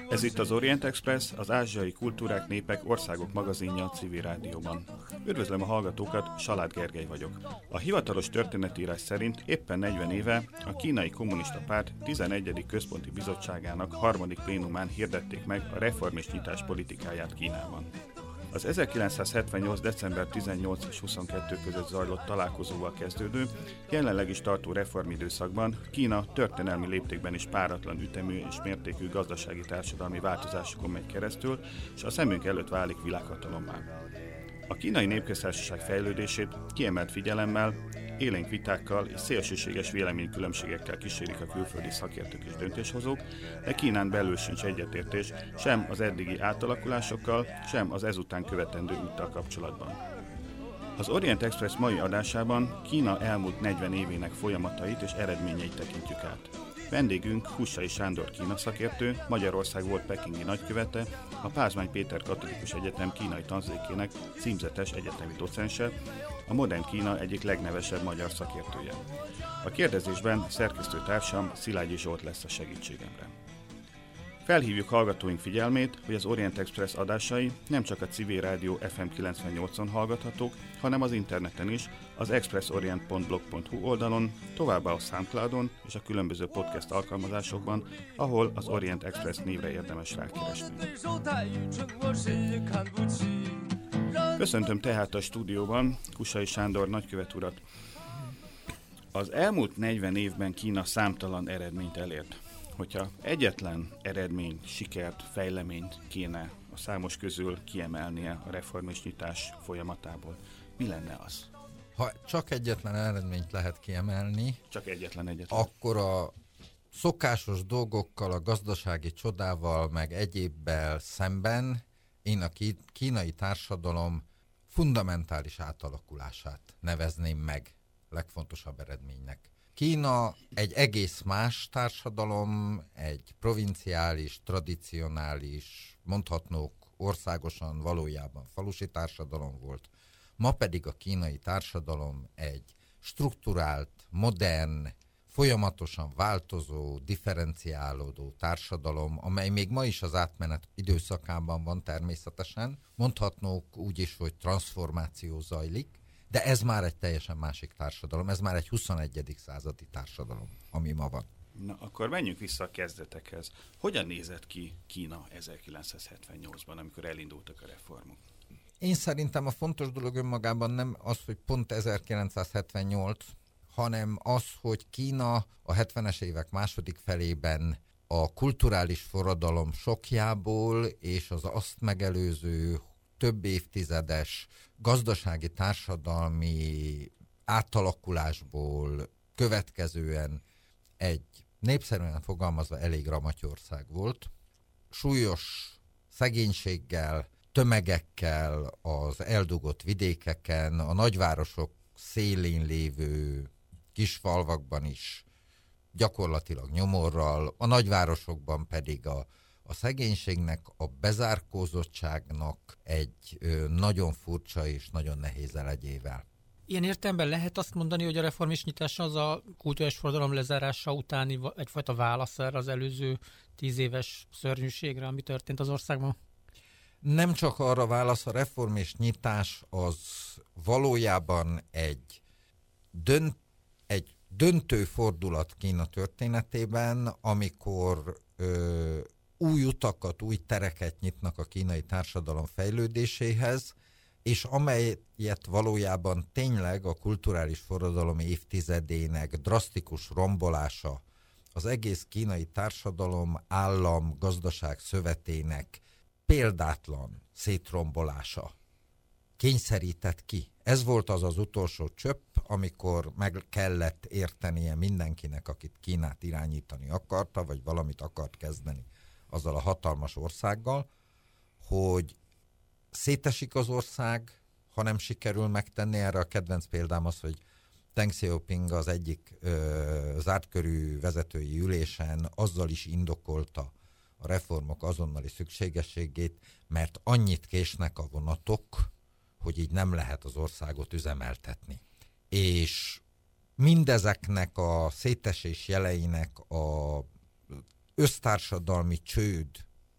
Ez itt az Orient Express, az ázsiai kultúrák, népek, országok magazinja a Civil Rádióban. Üdvözlöm a hallgatókat, Salád Gergely vagyok. A hivatalos történetírás szerint éppen 40 éve a Kínai Kommunista Párt 11. Központi Bizottságának harmadik plénumán hirdették meg a reform és nyitás politikáját Kínában. Az 1978. december 18 és 22 között zajlott találkozóval kezdődő, jelenleg is tartó reformidőszakban Kína történelmi léptékben is páratlan ütemű és mértékű gazdasági társadalmi változásokon megy keresztül, és a szemünk előtt válik világhatalommá. A Kínai Népköztársaság fejlődését kiemelt figyelemmel, élénk vitákkal és szélsőséges véleménykülönbségekkel kísérik a külföldi szakértők és döntéshozók, de Kínán belül sincs egyetértés sem az eddigi átalakulásokkal, sem az ezután követendő úttal kapcsolatban. Az Orient Express mai adásában Kína elmúlt 40 évének folyamatait és eredményeit tekintjük át. Vendégünk Hussai Sándor Kína szakértő, Magyarország volt pekingi nagykövete, a Pázmány Péter Katolikus Egyetem kínai tanszékének címzetes egyetemi docense, a modern Kína egyik legnevesebb magyar szakértője. A kérdezésben szerkesztőtársam Szilágyi Zsolt lesz a segítségemre. Felhívjuk hallgatóink figyelmét, hogy az Orient Express adásai nem csak a Civil Rádió FM 98-on hallgathatók, hanem az interneten is, az expressorient.blog.hu oldalon, továbbá a Soundcloudon és a különböző podcast alkalmazásokban, ahol az Orient Express névre érdemes rákeresni. Köszöntöm tehát a stúdióban Hussai Sándor nagykövet urat. Az elmúlt 40 évben Kína számtalan eredményt elért. Hogyha egyetlen eredmény, sikert, fejleményt kéne a számos közül kiemelnie a reform és nyitás folyamatából, mi lenne az? Ha csak egyetlen eredményt lehet kiemelni, csak egyetlen. Akkor a szokásos dolgokkal, a gazdasági csodával, meg egyébbel szemben én a kínai társadalom fundamentális átalakulását nevezném meg legfontosabb eredménynek. Kína egy egész más társadalom, egy provinciális, tradicionális, mondhatnók országosan valójában falusi társadalom volt. Ma pedig a kínai társadalom egy strukturált, modern, folyamatosan változó, differenciálódó társadalom, amely még ma is az átmenet időszakában van természetesen. Mondhatnók úgy is, hogy transformáció zajlik, de ez már egy teljesen másik társadalom, ez már egy 21. századi társadalom, ami ma van. Na, akkor menjünk vissza a kezdetekhez. Hogyan nézett ki Kína 1978-ban, amikor elindultak a reformok? Én szerintem a fontos dolog önmagában nem az, hogy pont 1978, hanem az, hogy Kína a 70-es évek második felében a kulturális forradalom sokjából és az azt megelőző több évtizedes gazdasági, társadalmi átalakulásból következően egy népszerűen fogalmazva elég ramatyország volt. Súlyos szegénységgel, tömegekkel, az eldugott vidékeken, a nagyvárosok szélén lévő kisfalvakban is gyakorlatilag nyomorral, a nagyvárosokban pedig a szegénységnek, a bezárkózottságnak egy nagyon furcsa és nagyon nehéz elegyével. Ilyen értelemben lehet azt mondani, hogy a reform és nyitás az a kulturális forradalom lezárása utáni egyfajta válasz erre az előző 10 éves szörnyűségre, ami történt az országban? Nem csak arra válasz, a reform és nyitás az valójában egy döntő fordulat Kína történetében, amikor új utakat, új tereket nyitnak a kínai társadalom fejlődéséhez, és amelyet valójában tényleg a kulturális forradalom évtizedének drasztikus rombolása, az egész kínai társadalom, állam, gazdaság szövetének példátlan szétrombolása kényszerített ki. Ez volt az az utolsó csöpp, amikor meg kellett értenie mindenkinek, akit Kínát irányítani akarta, vagy valamit akart kezdeni azzal a hatalmas országgal, hogy szétesik az ország, ha nem sikerül megtenni. Erre a kedvenc példám az, hogy Deng Xiaoping az egyik zártkörű vezetői ülésen azzal is indokolta a reformok azonnali szükségességét, mert annyit késnek a vonatok, hogy így nem lehet az országot üzemeltetni. És mindezeknek a szétesés jeleinek a össztársadalmi csőd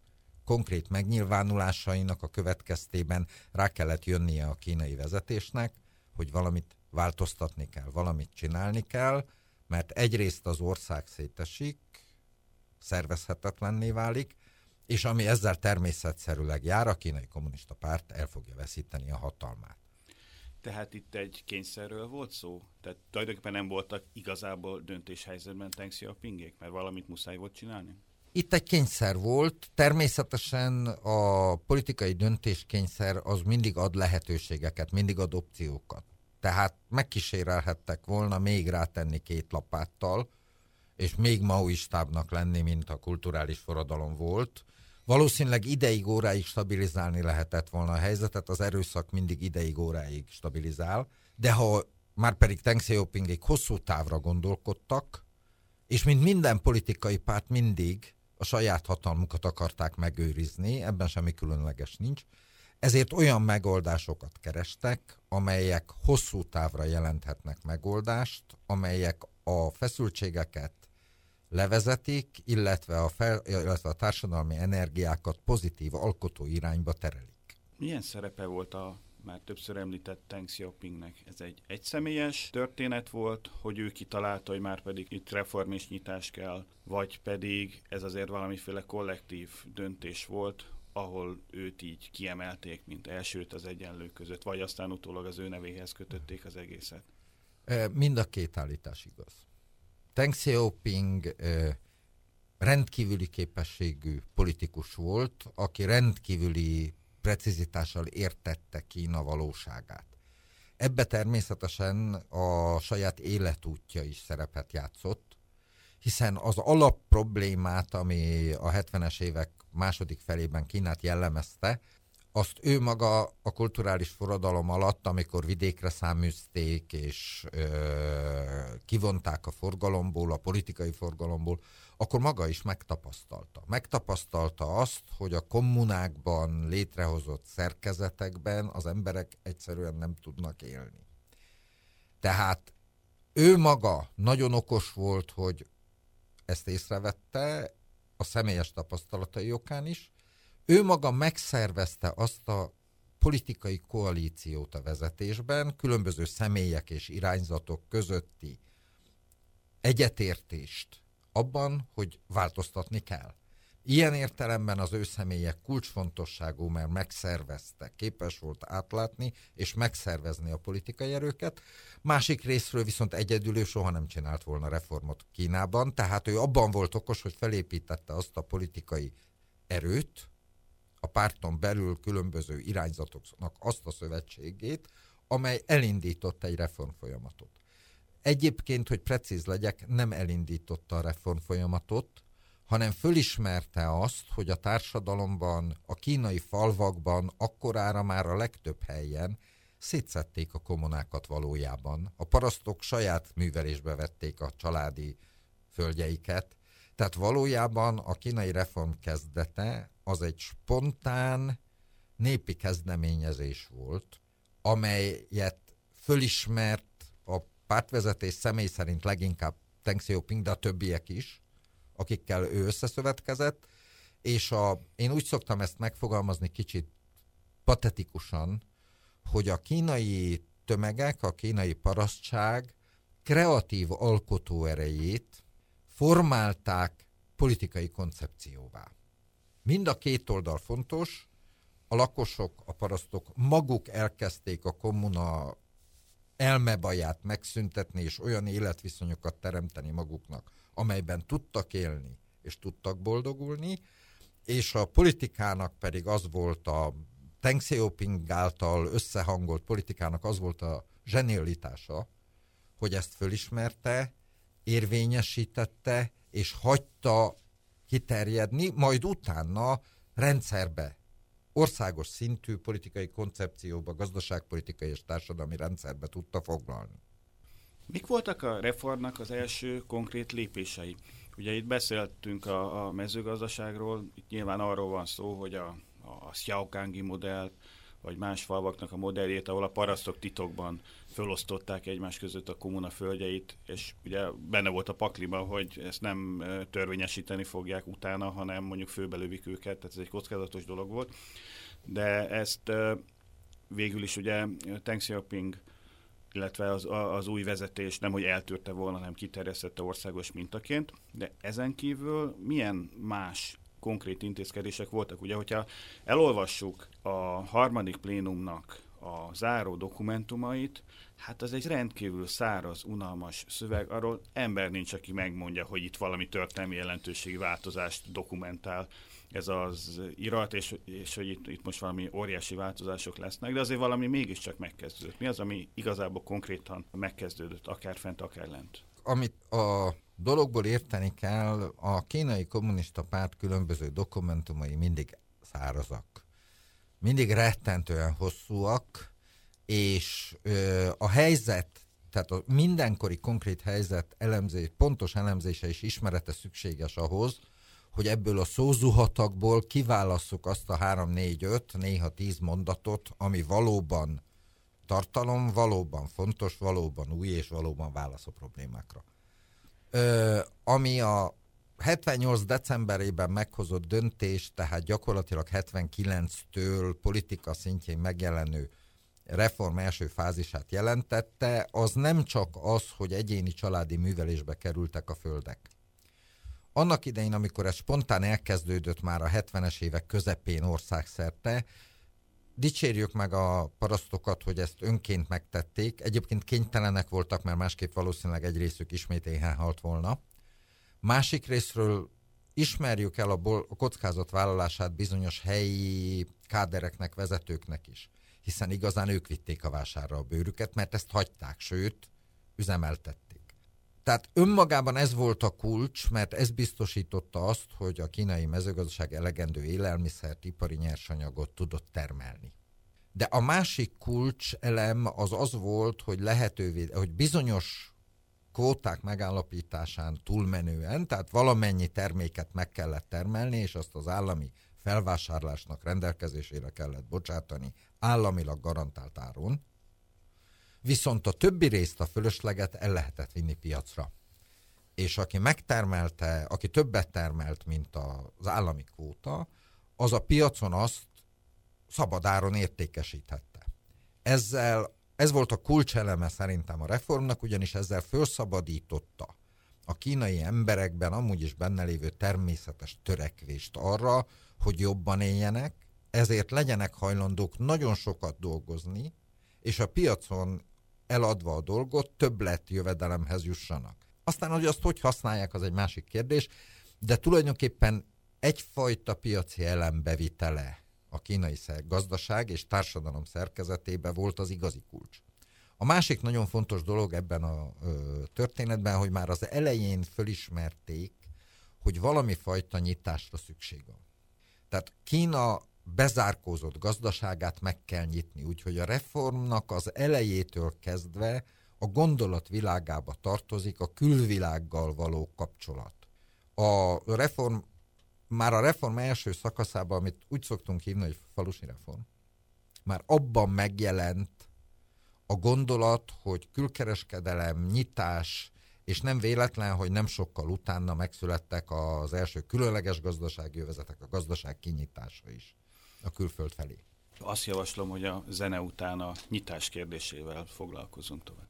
konkrét megnyilvánulásainak a következtében rá kellett jönnie a kínai vezetésnek, hogy valamit változtatni kell, valamit csinálni kell, mert egyrészt az ország szétesik, szervezhetetlenné válik, és ami ezzel természetszerűleg jár, a kínai kommunista párt el fogja veszíteni a hatalmát. Tehát itt egy kényszerről volt szó? Tehát tulajdonképpen nem voltak igazából döntéshelyzetben Deng Xiaopingék, mert valamit muszáj volt csinálni? Itt egy kényszer volt, természetesen a politikai döntéskényszer az mindig ad lehetőségeket, mindig ad opciókat. Tehát megkísérelhettek volna még rátenni 2 lapáttal, és még maoistábbnak lenni, mint a kulturális forradalom volt. Valószínűleg ideig, óráig stabilizálni lehetett volna a helyzetet, az erőszak mindig ideig, óráig stabilizál, de ha már pedig Deng Xiaopingék hosszú távra gondolkodtak, és mint minden politikai párt mindig a saját hatalmukat akarták megőrizni, ebben semmi különleges nincs, ezért olyan megoldásokat kerestek, amelyek hosszú távra jelenthetnek megoldást, amelyek a feszültségeket levezetik, illetve a társadalmi energiákat pozitív alkotó irányba terelik. Milyen szerepe volt a már többször említett Deng Xiaopingnek? Ez egy egyszemélyes történet volt, hogy ő kitalálta, hogy már pedig itt reform és nyitás kell, vagy pedig ez azért valamiféle kollektív döntés volt, ahol őt így kiemelték, mint elsőt az egyenlők között, vagy aztán utólag az ő nevéhez kötötték az egészet? Mind a 2 állítás igaz. Deng Xiaoping rendkívüli képességű politikus volt, aki rendkívüli precizitással értette Kína valóságát. Ebbe természetesen a saját életútja is szerepet játszott, hiszen az alapproblémát, ami a 70-es évek második felében Kínát jellemezte, azt ő maga a kulturális forradalom alatt, amikor vidékre száműzték és kivonták a forgalomból, a politikai forgalomból, akkor maga is megtapasztalta. Megtapasztalta azt, hogy a kommunákban létrehozott szerkezetekben az emberek egyszerűen nem tudnak élni. Tehát ő maga nagyon okos volt, hogy ezt észrevette a személyes tapasztalatai okán is. Ő maga megszervezte azt a politikai koalíciót a vezetésben, különböző személyek és irányzatok közötti egyetértést abban, hogy változtatni kell. Ilyen értelemben az ő személye kulcsfontosságú, mert megszervezte, képes volt átlátni és megszervezni a politikai erőket. Másik részről viszont egyedül ő soha nem csinált volna reformot Kínában, tehát ő abban volt okos, hogy felépítette azt a politikai erőt, a párton belül különböző irányzatoknak azt a szövetségét, amely elindított egy reformfolyamatot. Egyébként, hogy precíz legyek, nem elindította a reformfolyamatot, hanem fölismerte azt, hogy a társadalomban, a kínai falvakban akkorára már a legtöbb helyen szétszedték a kommunákat valójában. A parasztok saját művelésbe vették a családi földjeiket, tehát valójában a kínai reform kezdete az egy spontán népi kezdeményezés volt, amelyet fölismert a pártvezetés személy szerint leginkább Deng Xiaoping, de a többiek is, akikkel ő összeszövetkezett, és én úgy szoktam ezt megfogalmazni kicsit patetikusan, hogy a kínai tömegek, a kínai parasztság kreatív alkotóerejét formálták politikai koncepcióvá. Mind a 2 oldal fontos, a lakosok, a parasztok maguk elkezdték a kommuna elmebaját megszüntetni, és olyan életviszonyokat teremteni maguknak, amelyben tudtak élni, és tudtak boldogulni, és a politikának pedig az volt a Deng Xiaoping által összehangolt politikának az volt a zsenialitása, hogy ezt fölismerte, érvényesítette, és hagyta kiterjedni, majd utána rendszerbe, országos szintű politikai koncepcióba, gazdaságpolitikai és társadalmi rendszerbe tudta foglalni. Mik voltak a reformnak az első konkrét lépései? Ugye itt beszéltünk a mezőgazdaságról, itt nyilván arról van szó, hogy a Xiaogangi modellt, vagy más falvaknak a modelljét, ahol a parasztok titokban fölosztották egymás között a kommuna földjeit, és ugye benne volt a pakliban, hogy ezt nem törvényesíteni fogják utána, hanem mondjuk főbelövik őket, tehát ez egy kockázatos dolog volt. De ezt végül is ugye Deng Xiaoping, illetve az új vezetés nemhogy eltűrte volna, hanem kiterjesztette országos mintaként, de ezen kívül milyen más konkrét intézkedések voltak? Ugye, hogyha elolvassuk a harmadik plénumnak a záró dokumentumait, hát az egy rendkívül száraz, unalmas szöveg, arról ember nincs, aki megmondja, hogy itt valami történelmi jelentőségi változást dokumentál ez az irat, és hogy itt most valami óriási változások lesznek, de azért valami mégiscsak megkezdődött. Mi az, ami igazából konkrétan megkezdődött, akár fent, akár lent? Amit a dologból érteni kell, a kínai kommunista párt különböző dokumentumai mindig szárazak. Mindig rettentően hosszúak, és a helyzet, tehát a mindenkori konkrét helyzet pontos elemzése és ismerete szükséges ahhoz, hogy ebből a szózuhatakból kiválasszuk azt a 3, 4, 5, néha 10 mondatot, ami valóban tartalom, valóban fontos, valóban új és valóban válasz a problémákra. Ami a 78 decemberében meghozott döntés, tehát gyakorlatilag 79-től politika szintjén megjelenő reform első fázisát jelentette, az nem csak az, hogy egyéni családi művelésbe kerültek a földek. Annak idején, amikor ez spontán elkezdődött már a 70-es évek közepén országszerte, dicsérjük meg a parasztokat, hogy ezt önként megtették. Egyébként kénytelenek voltak, mert másképp valószínűleg egy részük ismét éhen halt volna. Másik részről ismerjük el a kockázatvállalását bizonyos helyi kádereknek, vezetőknek is, hiszen igazán ők vitték a vásárra a bőrüket, mert ezt hagyták, sőt, üzemeltették. Tehát önmagában ez volt a kulcs, mert ez biztosította azt, hogy a kínai mezőgazdaság elegendő élelmiszert, ipari nyersanyagot tudott termelni. De a másik kulcs elem az volt, hogy hogy bizonyos kvóták megállapításán túlmenően, tehát valamennyi terméket meg kellett termelni, és azt az állami felvásárlásnak rendelkezésére kellett bocsátani államilag garantált áron, viszont a többi részt, a fölösleget el lehetett vinni piacra. És aki megtermelte, aki többet termelt, mint az állami kvóta, az a piacon azt szabadáron értékesíthette. Ez volt a kulcseleme szerintem a reformnak, ugyanis ezzel felszabadította a kínai emberekben amúgy is benne lévő természetes törekvést arra, hogy jobban éljenek, ezért legyenek hajlandók nagyon sokat dolgozni, és a piacon eladva a dolgot többlet jövedelemhez jussanak. Aztán, hogy azt hogy használják, az egy másik kérdés, de tulajdonképpen egyfajta piaci elembevitele a kínai gazdaság és társadalom szerkezetébe volt az igazi kulcs. A másik nagyon fontos dolog ebben a történetben, hogy már az elején fölismerték, hogy valami fajta nyitásra szükség van. Tehát Kína bezárkózott gazdaságát meg kell nyitni, úgyhogy a reformnak az elejétől kezdve a gondolat világába tartozik a külvilággal való kapcsolat. Már a reform első szakaszában, amit úgy szoktunk hívni, hogy falusi reform, már abban megjelent a gondolat, hogy külkereskedelem, nyitás, és nem véletlen, hogy nem sokkal utána megszülettek az első különleges gazdasági övezetek, a gazdaság kinyitása is a külföld felé. Azt javaslom, hogy a zene után a nyitás kérdésével foglalkozunk tovább.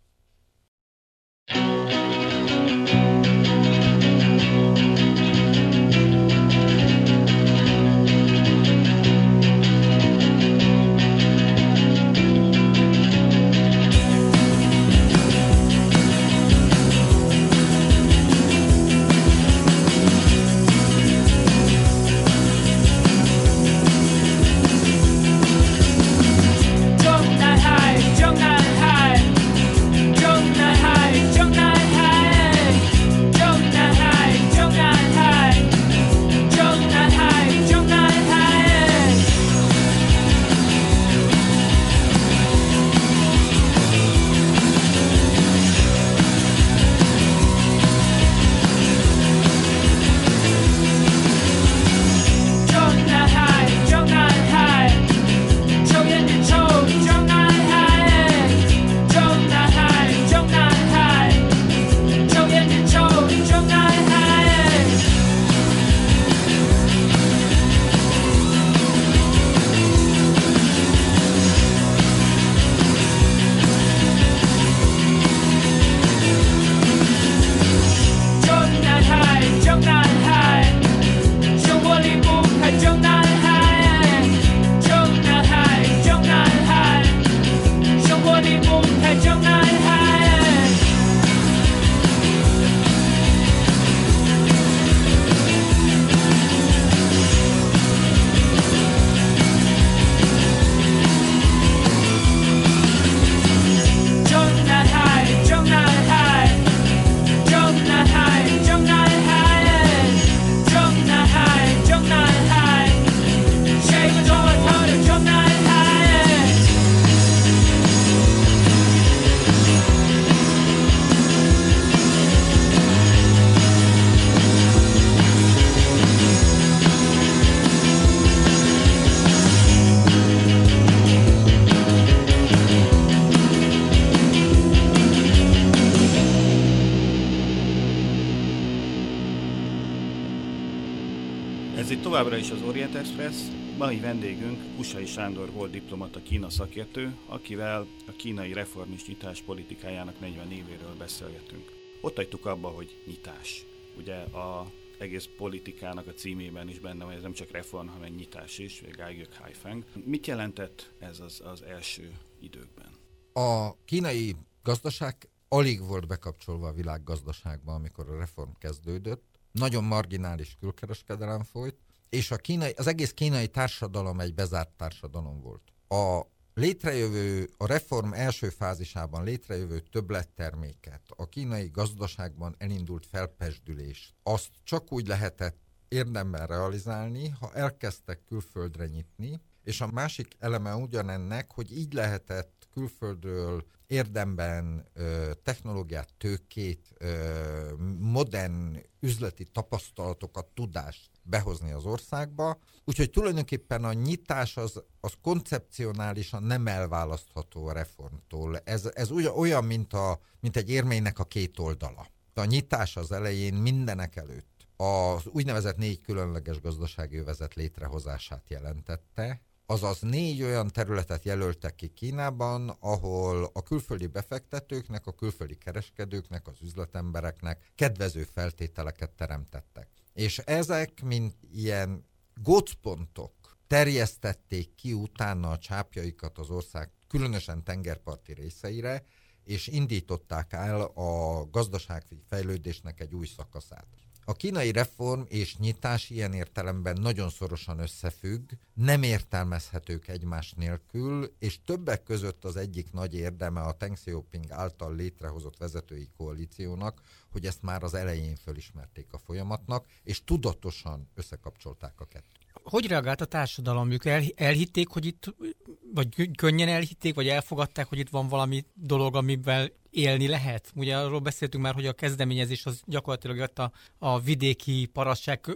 Ez itt továbbra is az Orient Express. Mai vendégünk Husai Sándor volt diplomata Kína szakértő, akivel a kínai reformista nyitás politikájának 40 évéről beszélgetünk. Ott hagytuk abba, hogy nyitás. Ugye az egész politikának a címében is benne van, ez nem csak reform, hanem nyitás is, vagy Gájgök Haifeng. Mit jelentett ez az első időkben? A kínai gazdaság alig volt bekapcsolva a világgazdaságba, amikor a reform kezdődött. Nagyon marginális külkereskedelem folyt, és az egész kínai társadalom egy bezárt társadalom volt. A reform első fázisában létrejövő többletterméket, a kínai gazdaságban elindult felpezsdülést, azt csak úgy lehetett érdemben realizálni, ha elkezdtek külföldre nyitni, és a másik eleme ugyanennek, hogy így lehetett külföldről érdemben technológiát, tőkét, modern üzleti tapasztalatokat, tudást behozni az országba. Úgyhogy tulajdonképpen a nyitás az koncepcionálisan nem elválasztható a reformtól. Ez olyan, mint egy érmének a két oldala. A nyitás az elején mindenek előtt az úgynevezett 4 különleges gazdasági övezet létrehozását jelentette, azaz 4 olyan területet jelöltek ki Kínában, ahol a külföldi befektetőknek, a külföldi kereskedőknek, az üzletembereknek kedvező feltételeket teremtettek. És ezek, mint ilyen gócpontok, terjesztették ki utána a csápjaikat az ország különösen tengerparti részeire, és indították el a gazdasági fejlődésnek egy új szakaszát. A kínai reform és nyitás ilyen értelemben nagyon szorosan összefügg, nem értelmezhetők egymás nélkül, és többek között az egyik nagy érdeme a Deng Xiaoping által létrehozott vezetői koalíciónak, hogy ezt már az elején fölismerték a folyamatnak, és tudatosan összekapcsolták a kettőt. Hogy reagált a társadalom? Ők elhitték, hogy itt, vagy könnyen elhitték, vagy elfogadták, hogy itt van valami dolog, amivel élni lehet? Ugye arról beszéltünk már, hogy a kezdeményezés az gyakorlatilag ott a vidéki parasság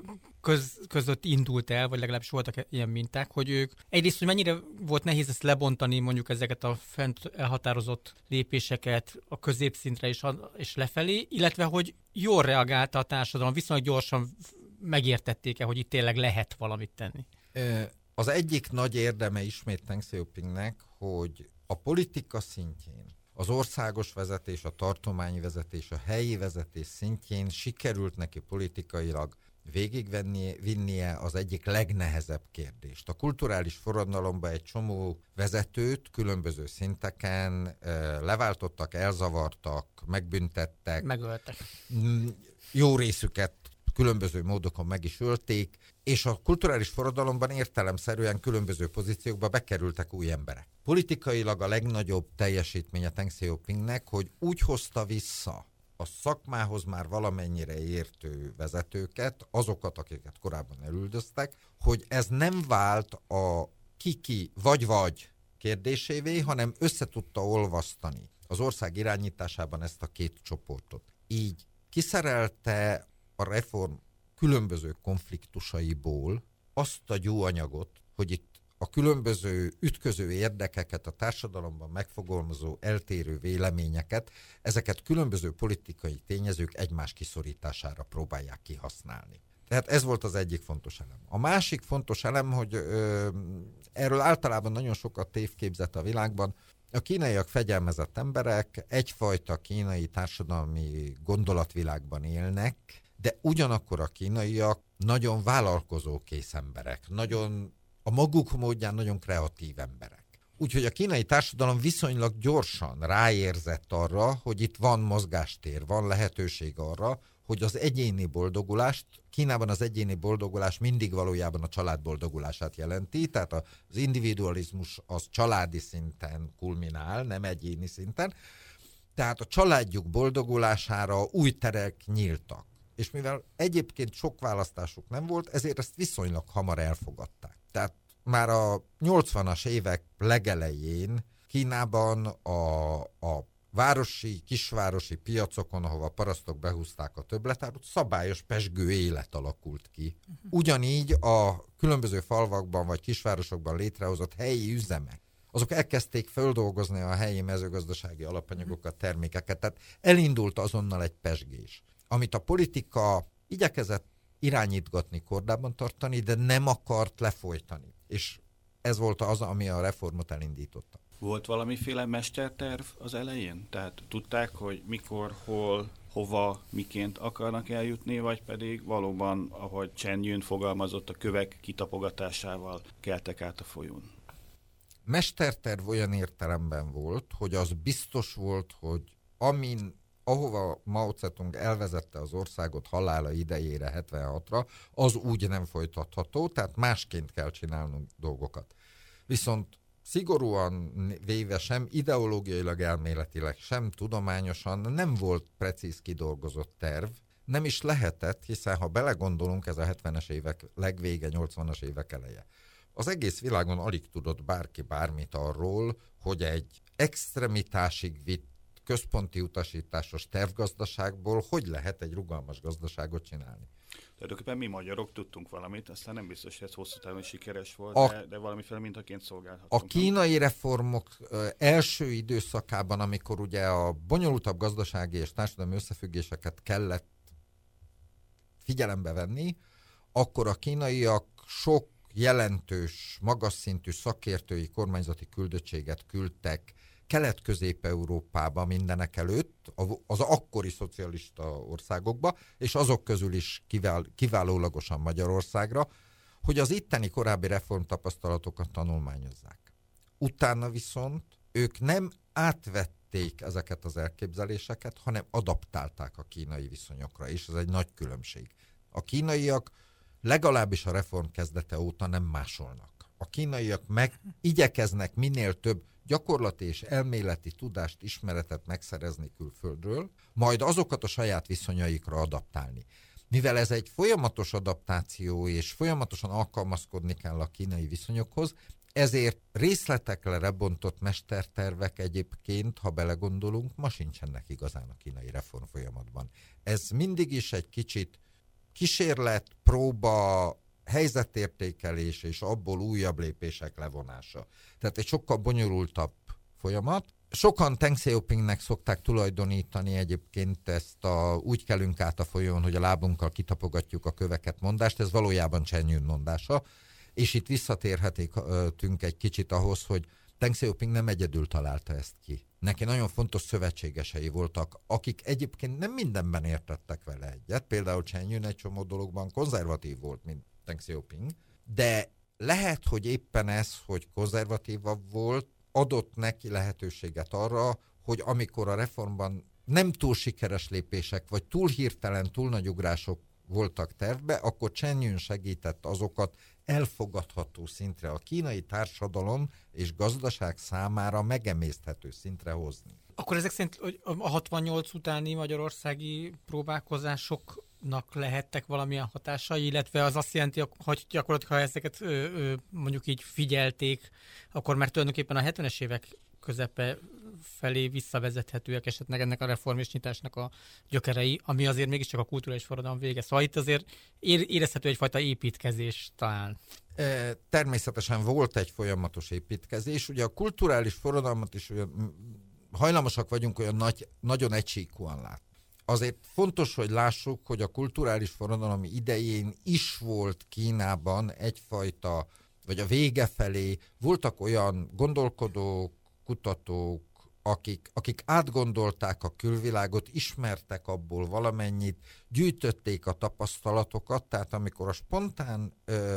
között indult el, vagy legalábbis voltak ilyen minták, hogy ők egyrészt, hogy mennyire volt nehéz ezt lebontani, mondjuk ezeket a fent elhatározott lépéseket a középszintre és lefelé, illetve hogy jól reagálta a társadalom, viszonylag gyorsan megértették-e, hogy itt tényleg lehet valamit tenni? Az egyik nagy érdeme ismét Deng Xiaopingnek, hogy a politika szintjén, az országos vezetés, a tartományi vezetés, a helyi vezetés szintjén sikerült neki politikailag végigvinnie az egyik legnehezebb kérdést. A kulturális forradalomban egy csomó vezetőt különböző szinteken leváltottak, elzavartak, megbüntettek. Megöltek. Jó részüket különböző módokon meg is ölték, és a kulturális forradalomban értelemszerűen különböző pozíciókba bekerültek új emberek. Politikailag a legnagyobb teljesítménye Deng Xiaopingnek, hogy úgy hozta vissza a szakmához már valamennyire értő vezetőket, azokat, akiket korábban elüldöztek, hogy ez nem vált a ki vagy kérdésévé, hanem össze tudta olvasztani az ország irányításában ezt a két csoportot. Így kiszerelte a reform különböző konfliktusaiból azt a gyúanyagot, hogy itt a különböző ütköző érdekeket, a társadalomban megfogalmazó eltérő véleményeket, ezeket különböző politikai tényezők egymás kiszorítására próbálják kihasználni. Tehát ez volt az egyik fontos elem. A másik fontos elem, hogy erről általában nagyon sokat tévképzett a világban, a kínaiak fegyelmezett emberek egyfajta kínai társadalmi gondolatvilágban élnek, de ugyanakkor a kínaiak nagyon vállalkozókész emberek, a maguk módján nagyon kreatív emberek. Úgyhogy a kínai társadalom viszonylag gyorsan ráérzett arra, hogy itt van mozgástér, van lehetőség arra, hogy az egyéni boldogulást, Kínában az egyéni boldogulás mindig valójában a család boldogulását jelenti, tehát az individualizmus az családi szinten kulminál, nem egyéni szinten, tehát a családjuk boldogulására új terek nyíltak. És mivel egyébként sok választásuk nem volt, ezért ezt viszonylag hamar elfogadták. Tehát már a 80-as évek legelején Kínában a városi, kisvárosi piacokon, ahova a parasztok behúzták a többletárut, szabályos pezsgő élet alakult ki. Ugyanígy a különböző falvakban vagy kisvárosokban létrehozott helyi üzemek, azok elkezdték földolgozni a helyi mezőgazdasági alapanyagokat, termékeket, tehát elindult azonnal egy pezsgés, amit a politika igyekezett irányítgatni, kordában tartani, de nem akart lefolytani. És ez volt az, ami a reformot elindította. Volt valamiféle mesterterv az elején? Tehát tudták, hogy mikor, hol, hova, miként akarnak eljutni, vagy pedig valóban, ahogy Chen Yun fogalmazott, a kövek kitapogatásával keltek át a folyón? Mesterterv olyan értelemben volt, hogy az biztos volt, hogy ahova Mao Zedong elvezette az országot halála idejére 76-ra, az úgy nem folytatható, tehát másként kell csinálnunk dolgokat. Viszont szigorúan véve sem ideológiailag, elméletileg, sem tudományosan nem volt precíz kidolgozott terv, nem is lehetett, hiszen ha belegondolunk, ez a 70-es évek legvége, 80-as évek eleje. Az egész világon alig tudott bárki bármit arról, hogy egy extremitásig vitt központi utasításos tervgazdaságból hogy lehet egy rugalmas gazdaságot csinálni. Tulajdonképpen mi magyarok tudtunk valamit, aztán nem biztos, hogy ez hosszú távon sikeres volt, de valamiféle mintaként szolgálhattunk. A kínai reformok első időszakában, amikor ugye a bonyolultabb gazdasági és társadalmi összefüggéseket kellett figyelembe venni, akkor a kínaiak sok jelentős, magas szintű szakértői kormányzati küldöttséget küldtek Kelet-Közép-Európába mindenek előtt, az akkori szocialista országokba, és azok közül is kiválólagosan Magyarországra, hogy az itteni korábbi reformtapasztalatokat tanulmányozzák. Utána viszont ők nem átvették ezeket az elképzeléseket, hanem adaptálták a kínai viszonyokra, és ez egy nagy különbség. A kínaiak legalábbis a reform kezdete óta nem másolnak. A kínaiak igyekeznek minél több gyakorlati és elméleti tudást, ismeretet megszerezni külföldről, majd azokat a saját viszonyaikra adaptálni. Mivel ez egy folyamatos adaptáció, és folyamatosan alkalmazkodni kell a kínai viszonyokhoz, ezért részletekre lebontott mestertervek egyébként, ha belegondolunk, ma sincsenek igazán a kínai reform folyamatban. Ez mindig is egy kicsit kísérlet, próba, helyzetértékelés és abból újabb lépések levonása. Tehát egy sokkal bonyolultabb folyamat. Sokan Deng Xiaopingnek szokták tulajdonítani egyébként ezt úgy kelünk át a folyón, hogy a lábunkkal kitapogatjuk a köveket mondást, ez valójában Chen Yun mondása, és itt visszatérhetünk egy kicsit ahhoz, hogy Deng Xiaoping nem egyedül találta ezt ki. Neki nagyon fontos szövetségesei voltak, akik egyébként nem mindenben értettek vele egyet, például Chen Yun egy csomó dologban konzervatív volt, mint Deng Xiaoping, de lehet, hogy éppen ez, hogy konzervatívabb volt, adott neki lehetőséget arra, hogy amikor a reformban nem túl sikeres lépések, vagy túl hirtelen, túl nagy ugrások voltak tervbe, akkor Chen Yun segített azokat elfogadható szintre, a kínai társadalom és gazdaság számára megemészthető szintre hozni. Akkor ezek szerint hogy a 68 utáni magyarországi próbálkozásoknak lehettek valamilyen hatásai, illetve az azt jelenti, hogy gyakorlatilag, ha ezeket mondjuk így figyelték, akkor már tulajdonképpen a 70-es évek közepe felé visszavezethetőek esetleg ennek a reform és nyitásnak a gyökerei, ami azért mégiscsak a kulturális forradalom vége. Szóval itt azért érezhető egyfajta építkezés talán. Természetesen volt egy folyamatos építkezés. Ugye a kulturális forradalmat is olyan, hajlamosak vagyunk olyan nagyon egysíkúan látni. Azért fontos, hogy lássuk, hogy a kulturális forradalom idején is volt Kínában egyfajta, vagy a vége felé voltak olyan gondolkodók, kutatók, akik átgondolták a külvilágot, ismertek abból valamennyit, gyűjtötték a tapasztalatokat, tehát amikor a spontán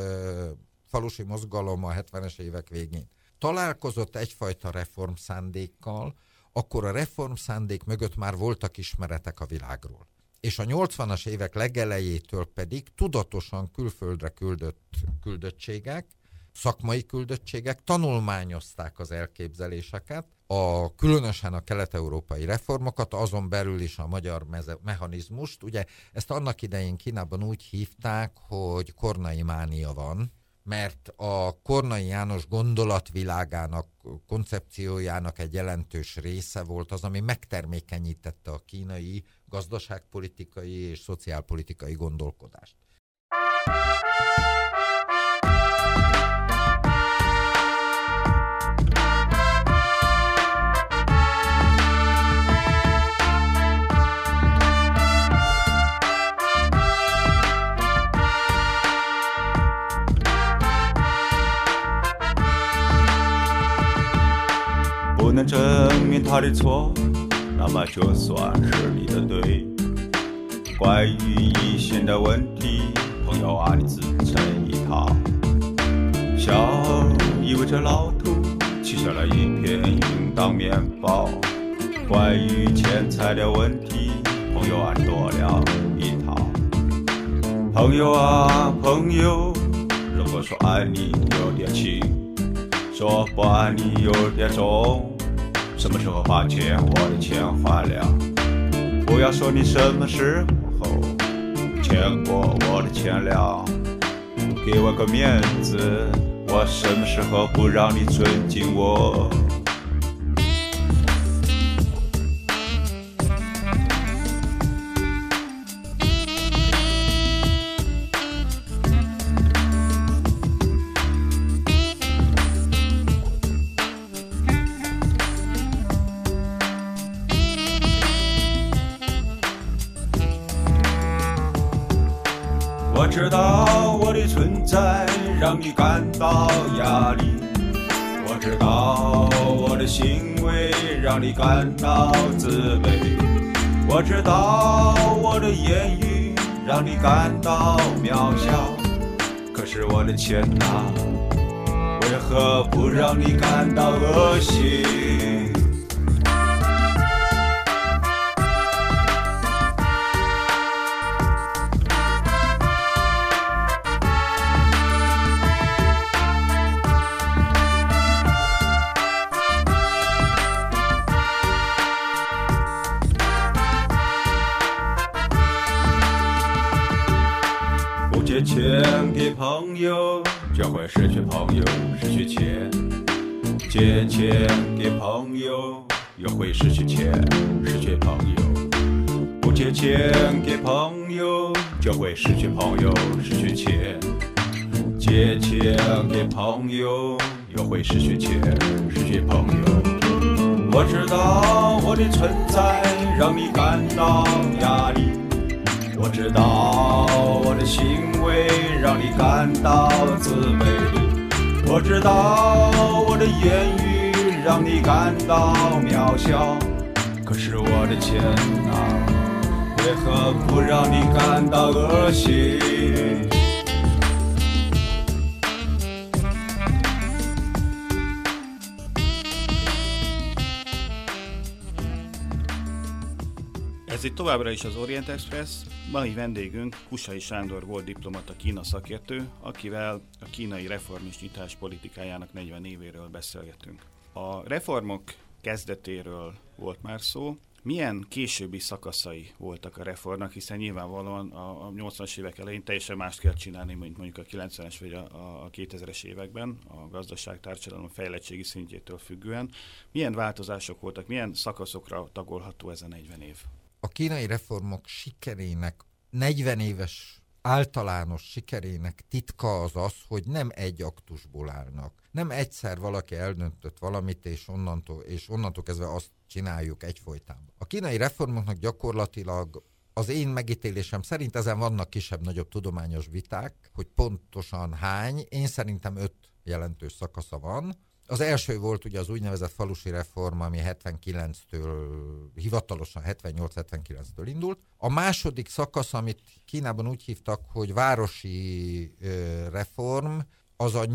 falusi mozgalom a 70-es évek végén találkozott egyfajta reformszándékkal, akkor a reformszándék mögött már voltak ismeretek a világról. És a 80-as évek legelejétől pedig tudatosan külföldre küldött küldöttségek, szakmai küldöttségek tanulmányozták az elképzeléseket, különösen a kelet-európai reformokat, azon belül is a magyar mechanizmust. Ugye ezt annak idején Kínában úgy hívták, hogy Kornai mánia van, mert a Kornai János gondolatvilágának, koncepciójának egy jelentős része volt az, ami megtermékenyítette a kínai gazdaságpolitikai és szociálpolitikai gondolkodást. 他的错，那么就算是你的对。关于一线的问题，朋友啊，你自成一套。笑意味着老土，吃下了一片应当面包。关于钱财的问题，朋友啊，你多了一套。朋友啊，朋友，如果说爱你有点轻，说不爱你有点重，什么时候把我的钱还了？不要说你什么时候欠过我的钱了，给我个面子，我什么时候不让你尊敬我？我知道我的存在让你感到压力，我知道我的行为让你感到自卑，我知道我的言语让你感到渺小，可是我的钱啊，为何不让你感到恶心？借钱给朋友，就会失去朋友，失去钱。借钱给朋友，又会失去钱，失去朋友。不借钱给朋友，就会失去朋友，失去钱。借钱给朋友，又会失去钱，失去朋友。我知道我的存在让你感到压力，我知道我的行为让你感到自卑，我知道我的言语让你感到渺小，可是我的钱啊，为何不让你感到恶心？ Ez itt továbbra is az Orient Express. Mai vendégünk Kussai Sándor volt diplomata Kína szakértő, akivel a kínai reform és nyitás politikájának 40 évéről beszélgetünk. A reformok kezdetéről volt már szó. Milyen későbbi szakaszai voltak a reformnak, hiszen nyilvánvalóan a 80-as évek elején teljesen mást kell csinálni, mint mondjuk a 90-es vagy a 2000-es években, a gazdaság, társadalom fejlettségi szintjétől függően. Milyen változások voltak, milyen szakaszokra tagolható ez a 40 év? A kínai reformok sikerének, 40 éves általános sikerének titka az az, hogy nem egy aktusból állnak. Nem egyszer valaki eldöntött valamit, és onnantól kezdve azt csináljuk egyfolytában. A kínai reformoknak gyakorlatilag az én megítélésem szerint ezen vannak kisebb-nagyobb tudományos viták, hogy pontosan hány, én szerintem 5 jelentős szakasza van. Az első volt ugye az úgynevezett falusi reform, ami 79-től, hivatalosan 78-79-től indult. A második szakasz, amit Kínában úgy hívtak, hogy városi reform, az a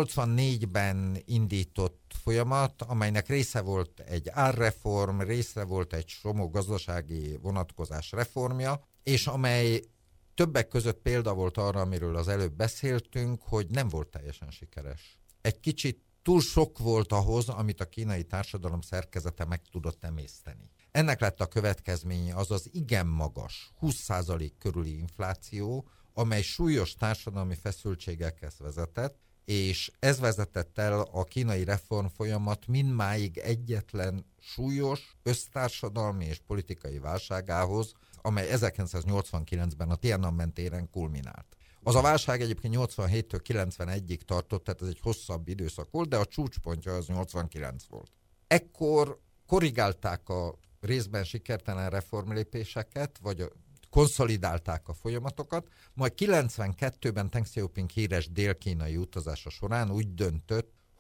84-ben indított folyamat, amelynek része volt egy árreform, része volt egy csomó gazdasági vonatkozás reformja, és amely többek között példa volt arra, amiről az előbb beszéltünk, hogy nem volt teljesen sikeres. Egy kicsit túl sok volt ahhoz, amit a kínai társadalom szerkezete meg tudott emészteni. Ennek lett a következménye az az igen magas, 20% körüli infláció, amely súlyos társadalmi feszültségekhez vezetett, és ez vezetett el a kínai reform folyamat mindmáig egyetlen súlyos össztársadalmi és politikai válságához, amely 1989-ben a Tiananmen téren kulminált. Az a válság egyébként 87-től 91-ig tartott, tehát ez egy hosszabb időszak volt, de a csúcspontja az 89 volt. Ekkor korrigálták a részben sikertelen reformlépéseket, vagy konszolidálták a folyamatokat, majd 92-ben Deng Xiaoping híres dél-kínai utazása során úgy döntött,